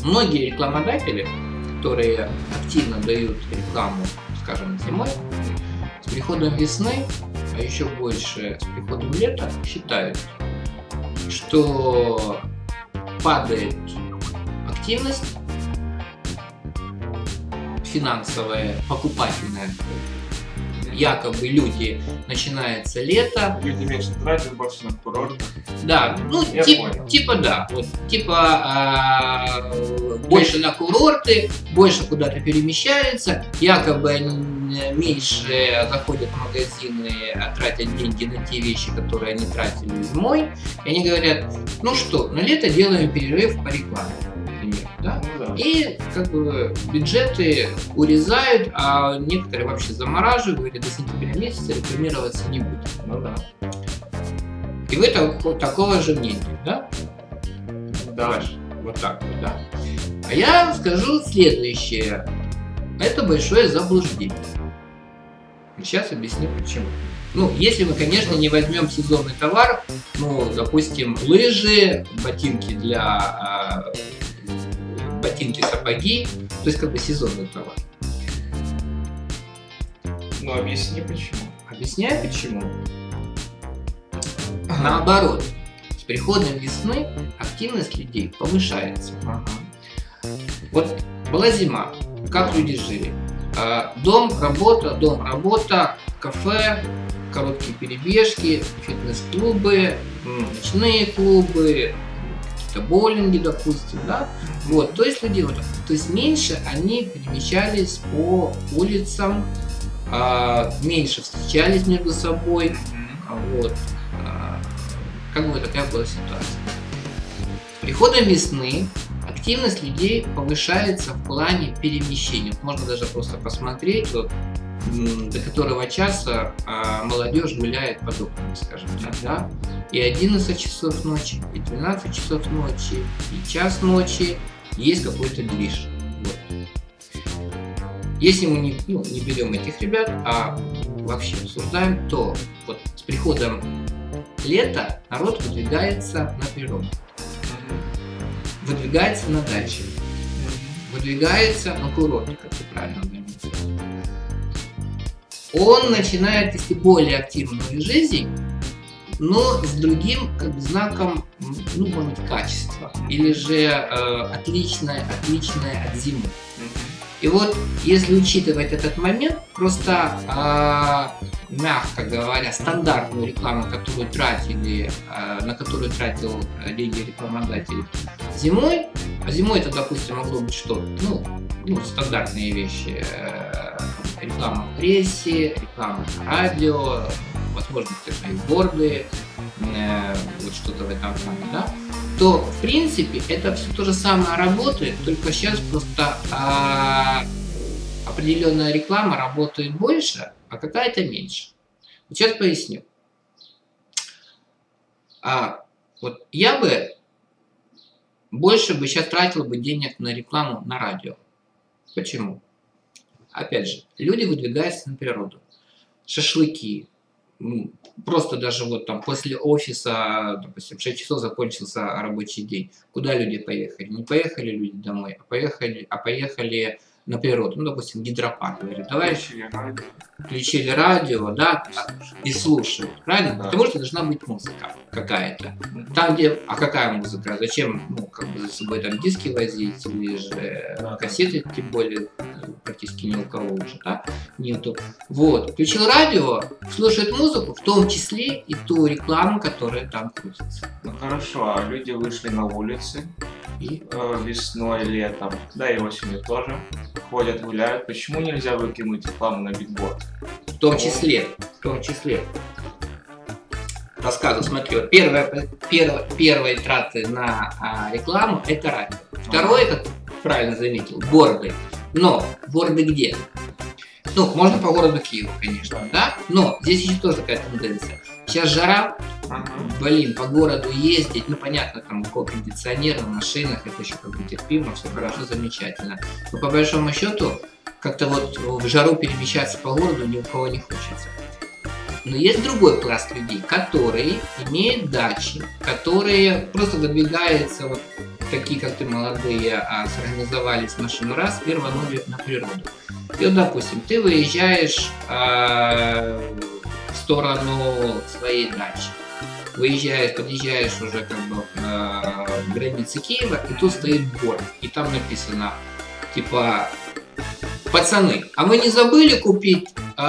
многие рекламодатели, которые активно дают рекламу, скажем, зимой, с приходом весны, а еще больше с приходом лета, считают, что падает активность финансовая, покупательная. Якобы люди, начинается лето. Люди меньше тратят, больше на курорт. Да, ну типа да, вот больше на курорты, больше куда-то перемещаются, якобы они меньше заходят в магазины, тратят деньги на те вещи, которые они тратили зимой, и они говорят, ну что, на лето делаем перерыв по рекламе. Да? Ну, да. И как бы бюджеты урезают, а некоторые вообще замораживают, говорят, до сентября месяца рекламироваться не будет. Ну да. И вы такого же мнения, да? Да. Вот так вот, да. А я скажу следующее. Это большое заблуждение. Сейчас объясню почему. Ну, если мы, конечно, не возьмем сезонный товар, ну, допустим, лыжи, ботинки сапоги, то есть как бы сезонный товар. Ну, объясни почему. Объясняю почему. Наоборот, с приходом весны активность людей повышается. Ага. Вот была зима, как люди жили? Дом, работа, кафе, короткие перебежки, фитнес-клубы, ночные клубы, какие-то боулинги, допустим, да? Вот, то есть люди, то есть меньше они перемещались по улицам, меньше встречались между собой, вот, как бы такая была ситуация. С приходом весны активность людей повышается в плане перемещения. Можно даже просто посмотреть, вот, до которого часа молодежь гуляет под окнами, скажем так, да? И 11 часов ночи, и 12 часов ночи, и час ночи есть какой-то движ. Вот. Если мы не берем этих ребят, а вообще обсуждаем, то вот с приходом лета народ выдвигается на природу, выдвигается на даче, выдвигается на курорт, как вы правильно заметили. Он начинает вести более активную жизнь, но с другим как бы знаком, ну, может быть, качества, или же отличное от зимы. И вот, если учитывать этот момент, просто, мягко говоря, стандартную рекламу, на которую тратил деньги рекламодатель зимой, а зимой это, допустим, могло быть что? Ну, стандартные вещи, реклама в прессе, реклама на радио, возможно, даже и борды, вот что-то в этом плане, да? То, в принципе, это все то же самое работает, только сейчас просто определенная реклама работает больше, а какая-то меньше. Вот сейчас поясню. Вот я бы больше сейчас тратил бы денег на рекламу на радио. Почему? Опять же, люди выдвигаются на природу. Шашлыки. Просто даже вот там после офиса, допустим, в 6 часов закончился рабочий день. Куда люди поехали? Не поехали люди домой, а поехали на природу. Ну, допустим, гидропарк. Говорят, давай включили радио, да, и слушают. Правильно? Да. Потому что должна быть музыка какая-то. Там, где... А какая музыка? Зачем, как бы за собой там диски возить, или же кассеты, тем более, практически ни у кого уже, да, нету. Вот. Включил радио, слушает музыку, в том числе и ту рекламу, которая там крутится. Ну хорошо, а люди вышли на улицы и весной, летом, да и осенью тоже ходят, гуляют. Почему нельзя выкинуть рекламу на бигборд? В том числе. Рассказываю, смотри, вот первые траты на рекламу – это радио. Второе, как правильно заметил, борды. Но борды где? Ну, можно по городу Киеву, конечно, да? Но здесь еще тоже такая тенденция. Сейчас жара, по городу ездить, ну, понятно, там, около кондиционера, в машинах, это еще как бы терпимо, все хорошо, замечательно. Но по большому счету, как-то вот в жару перемещаться по городу ни у кого не хочется. Но есть другой пласт людей, которые имеют дачи, которые просто выдвигаются вот такие, как ты, молодые, сорганизовались машину раз, и рванули на природу. И вот, допустим, ты выезжаешь в сторону своей дачи. Подъезжаешь уже как бы к границе Киева, и тут стоит борт, и там написано, типа, пацаны, а вы не забыли купить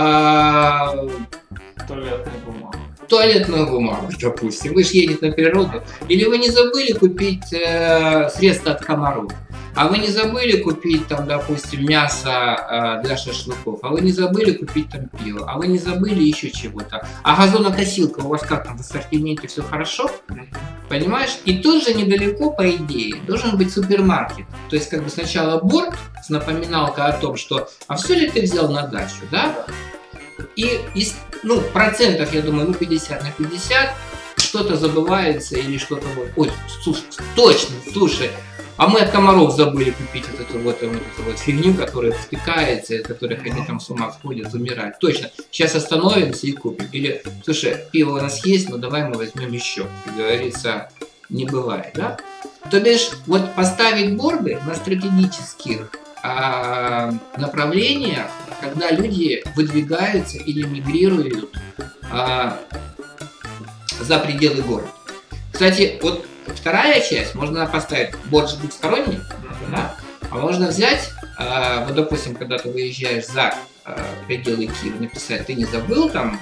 туалетную бумагу, допустим, вы же едете на природу, или вы не забыли купить средства от комаров, а вы не забыли купить там, допустим, мясо для шашлыков, а вы не забыли купить там пиво, а вы не забыли еще чего-то, а газонокосилка у вас как там в ассортименте, все хорошо, понимаешь? И тут же недалеко, по идее, должен быть супермаркет, то есть как бы сначала борт с напоминалкой о том, что а все ли ты взял на дачу, да? И ну, процентов, я думаю, 50 на 50, что-то забывается или что-то вот. Ой, точно, слушай, а мы от комаров забыли купить вот эту вот фигню, которая втыкается, от которых они там с ума сходят, умирают. Точно, сейчас остановимся и купим. Или, слушай, пиво у нас есть, но давай мы возьмем еще. Как говорится, не бывает, да? То бишь, вот поставить борды на стратегических направлениях, когда люди выдвигаются или мигрируют за пределы города. Кстати, вот вторая часть, можно поставить борт двухсторонний, да? А можно взять, вот допустим, когда ты выезжаешь за пределы Киева, написать, ты не забыл там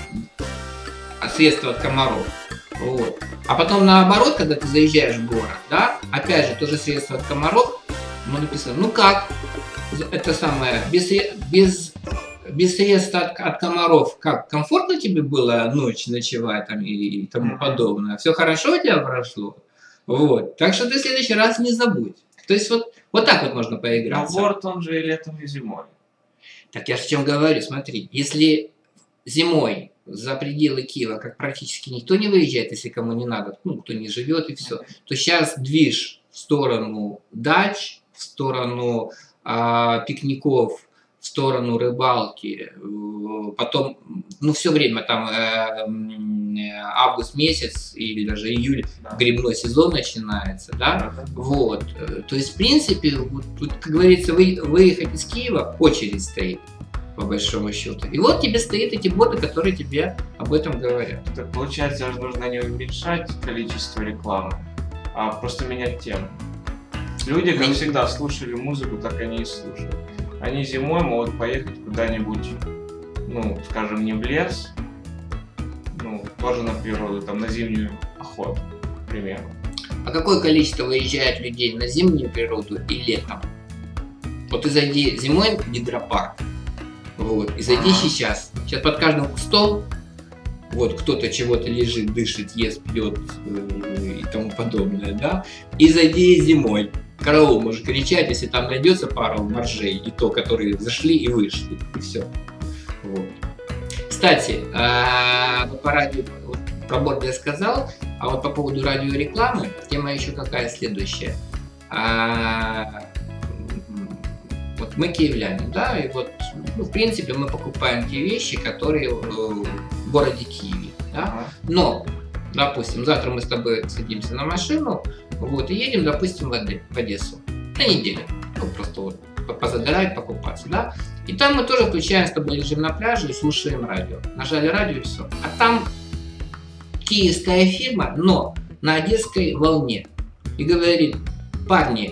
средства от комаров, вот. А потом наоборот, когда ты заезжаешь в город, да, опять же, тоже средства от комаров, ну, написано, ну как, это самое, без средств от комаров, как, комфортно тебе было ночь ночевать там и тому подобное, все хорошо у тебя прошло, вот, так что ты в следующий раз не забудь. То есть вот так вот можно поиграться. Но борт он же и летом, и зимой. Так я же о чем говорю, смотри, если зимой за пределы Киева, как практически никто не выезжает, если кому не надо, ну, кто не живет и все, то сейчас движ в сторону дач, в сторону пикников, в сторону рыбалки, потом, ну, все время там август месяц или даже июль, грибной сезон начинается, да, вот, то есть, в принципе, вот, как говорится, выехать из Киева, очередь стоит, по большому счету, и вот тебе стоят эти боты, которые тебе об этом говорят. Так получается, нужно не уменьшать количество рекламы, а просто менять тему. Люди, как всегда, слушали музыку, так они и слушают. Они зимой могут поехать куда-нибудь, ну, скажем, не в лес, ну, тоже на природу, там, на зимнюю охоту, к примеру. А какое количество выезжает людей на зимнюю природу и летом? Вот ты зайди зимой в гидропарк, вот, и зайди сейчас. Сейчас под каждым кустом, вот, кто-то чего-то лежит, дышит, ест, пьет и тому подобное, да, и зайди зимой. Караул может кричать, если там найдется пару моржей, и то, которые зашли и вышли, и все. Вот. Кстати, по радио, вот, про борт я сказал, а вот по поводу радиорекламы, тема еще какая следующая. Вот мы киевляне, да, и вот, ну, в принципе, мы покупаем те вещи, которые в городе Киеве, да, но, допустим, завтра мы с тобой садимся на машину, вот, и едем, допустим, в Одессу на неделю, ну, просто вот позагорать, покупаться, да, и там мы тоже включаем с тобой, лежим на пляже и слушаем радио, нажали радио и все, а там киевская фирма, но на одесской волне, и говорит, парни,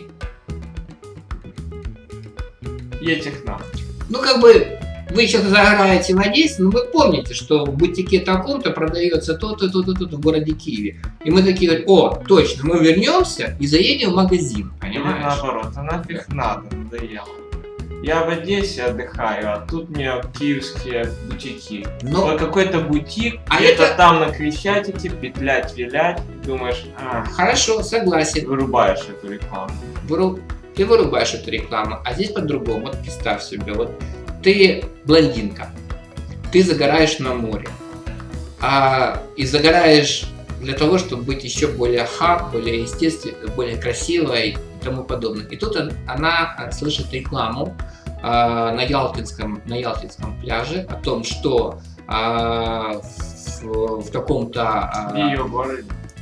едьте к нам. Ну, как бы, вы сейчас загораете в Одессе, но вы помните, что в бутике таком-то продается то-то, то-то, то-то в городе Киеве. И мы такие говорим, о, точно, мы вернемся и заедем в магазин, понимаешь? Или наоборот, а нафиг надо, надоело. Я в Одессе отдыхаю, а тут мне киевские бутики. Но какой-то бутик, где-то там на Крещатике, петлять, вилять, думаешь, хорошо, согласен. Вырубаешь эту рекламу. Ты вырубаешь эту рекламу, а здесь по-другому. Вот представь себе, вот ты блондинка, ты загораешь на море, и загораешь для того, чтобы быть еще более более естественной, более красивой и тому подобное. И тут она слышит рекламу на Ялтинском пляже о том, что в каком-то... В ее городе.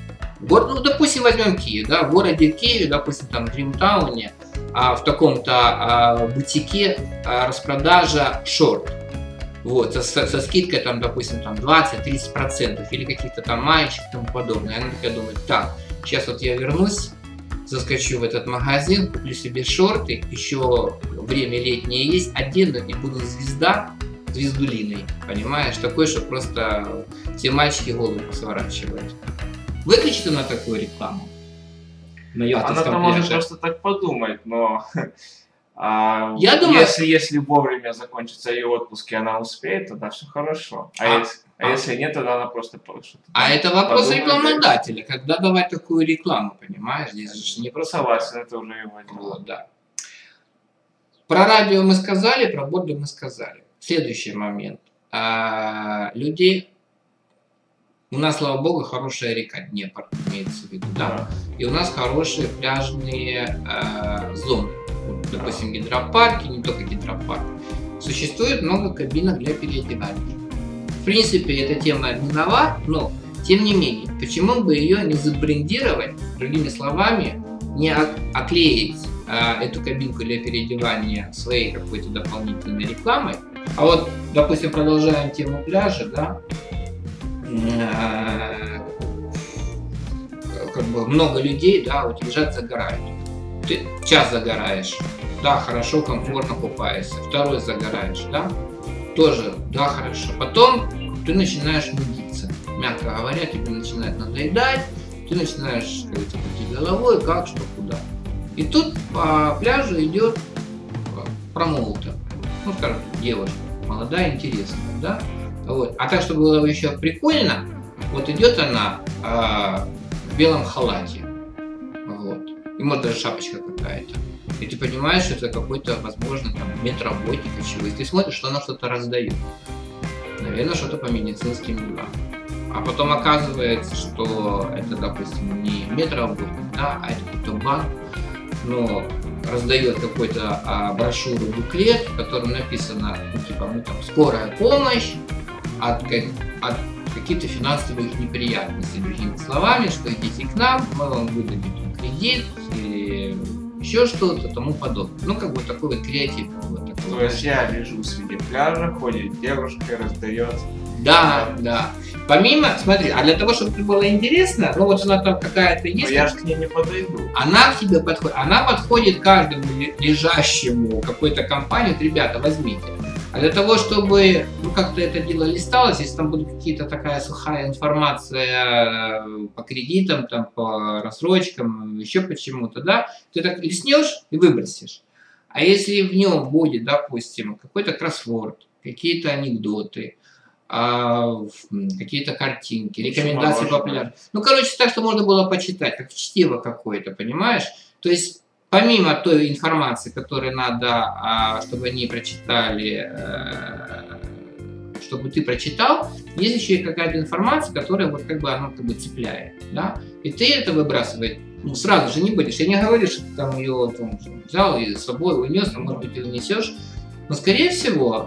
Ну, допустим, возьмем Киев, да, в городе Киеве, допустим, там в Дримтауне, в таком-то бутике распродажа шорт. Вот, со скидкой, там, допустим, там 20-30% или каких-то там маечек и тому подобное. Она такая думает, так, сейчас вот я вернусь, заскочу в этот магазин, куплю себе шорты, еще время летнее есть, одену и буду звездулиной, понимаешь? Такой, что просто все мальчики голову сворачивают. Выключит она такую рекламу? Она-то может просто так подумать, но я думаю, если вовремя закончится ее отпуск и она успеет, тогда все хорошо. Если нет, тогда она просто что-то. Это вопрос рекламодателя, когда давать такую рекламу, понимаешь? Здесь же не просто. Согласен, это уже его дело. Вот, да. Про радио мы сказали, про борду мы сказали. Следующий момент. Людей. У нас, слава богу, хорошая река Днепр, имеется в виду, да. И у нас хорошие пляжные зоны. Вот, допустим, гидропарки, не только гидропарки. Существует много кабинок для переодевания. В принципе, эта тема не нова, но, тем не менее, почему бы ее не забрендировать, другими словами, не оклеить эту кабинку для переодевания своей какой-то дополнительной рекламой. А вот, допустим, продолжаем тему пляжа, да, как бы много людей, да, вот лежат, загорают. Ты час загораешь, да, хорошо, комфортно купаешься. Второй загораешь, да, тоже, да, хорошо. Потом ты начинаешь нудиться, мягко говоря, тебе начинает надоедать, ты начинаешь, как говорится, крутить головой, как, что, куда. И тут по пляжу идет промоутер, ну, скажем, девушка, молодая, интересная, да. Вот. А так, чтобы было еще прикольно, вот идет она в белом халате, вот, и может даже шапочка какая-то. И ты понимаешь, что это какой-то, возможно, там, медработник или чего. И ты смотришь, что она что-то раздает. Наверное, что-то по медицинским делам. А потом оказывается, что это, допустим, не медработник, да, а это какой-то банк, но раздает какой-то брошюру, буклет, в котором написано, ну, типа, мы там скорая помощь от каких-то финансовых неприятностей. Другими словами, что идите к нам, мы вам выдадим кредит или еще что-то, тому подобное. Ну, как бы такой вот креатив. Вот такой. То есть я лежу среди пляжа, ходит девушка, раздает. Да, да. Помимо, смотри, а для того, чтобы тебе было интересно, ну вот она там какая-то есть. Но я же к ней не подойду. Она к тебе подходит. Она подходит каждому лежащему какой-то компании. Вот, ребята, возьмите. А для того, чтобы ну, как-то это дело листалось, если там будет какие-то такая сухая информация по кредитам, там, по рассрочкам, еще почему-то, да, ты так листнешь и выбросишь. А если в нем будет, допустим, какой-то кроссворд, какие-то анекдоты, какие-то картинки, рекомендации по пляжу. Ну, короче, так, что можно было почитать, как чтиво какое-то, понимаешь? То есть, помимо той информации, которую надо, чтобы они прочитали, чтобы ты прочитал, есть еще и какая-то информация, которая вот как бы она как бы цепляет, да? И ты это выбрасывать ну, сразу же не будешь. Я не говорю, что ты там ее там, взял и с собой унес, а может быть, ты унесешь. Но, скорее всего,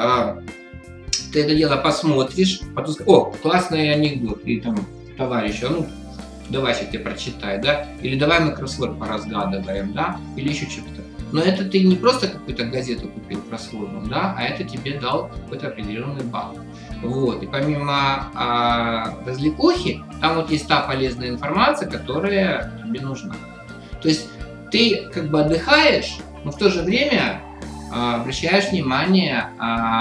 ты это дело посмотришь, потом скажешь, о, классный анекдот, и там товарищу, ну, давай я тебе прочитаю, да, или давай мы кроссворд поразгадываем, да, или еще что-то. Но это ты не просто какую-то газету купил кроссвордом, да, а это тебе дал какой-то определенный балл. Вот, и помимо развлекухи, там вот есть та полезная информация, которая тебе нужна. То есть ты как бы отдыхаешь, но в то же время обращаешь внимание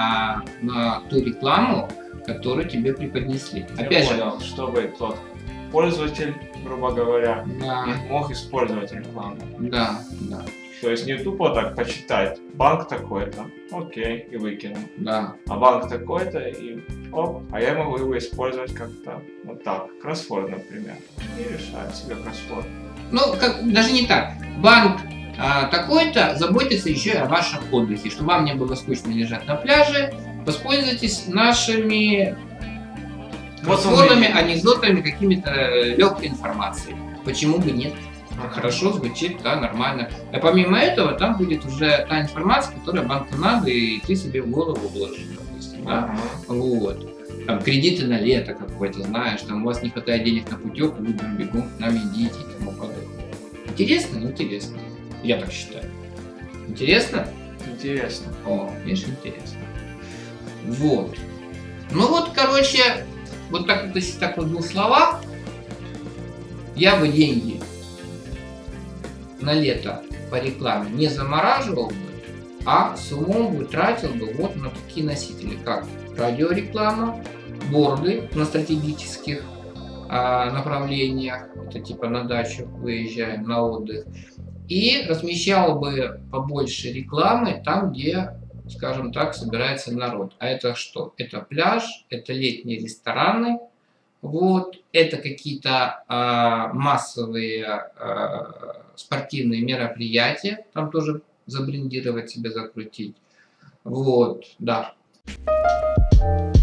на ту рекламу, которую тебе преподнесли. Опять же, чтобы тот пользователь, грубо говоря, да, мог использовать рекламу. Да, да. То есть не тупо так почитать, банк такой-то, окей, и выкинул. Да. А банк такой-то, и оп, а я могу его использовать как-то вот так, кроссворд, например, и решать себе кроссворд. Ну, как, даже не так. Банк такой-то заботится еще и о вашем отдыхе, чтобы вам не было скучно лежать на пляже. Воспользуйтесь нашими кроссвордами, анекдотами, какими-то легкой информацией. Почему бы нет? Хорошо звучит, да, нормально. А помимо этого, там будет уже та информация, которая банку надо, и ты себе в голову вложишь, допустим, да? Вот. там, кредиты на лето какой-то, знаешь, там у вас не хватает денег на путевку, вы бегом к нам идите и тому подобное. Интересно? Интересно. Я так считаю. Интересно? Интересно. О, видишь, интересно. Вот. Ну вот, короче, вот так вот, если так вот в двух словах, я бы деньги на лето по рекламе не замораживал бы, а с умом бы тратил бы вот на такие носители, как радиореклама, борды на стратегических направлениях, это типа на дачу выезжаем, на отдых, и размещал бы побольше рекламы там, где, скажем так, собирается народ. А это что? Это пляж, это летние рестораны, вот, это какие-то массовые спортивные мероприятия, там тоже забрендировать себе, закрутить. Вот, да.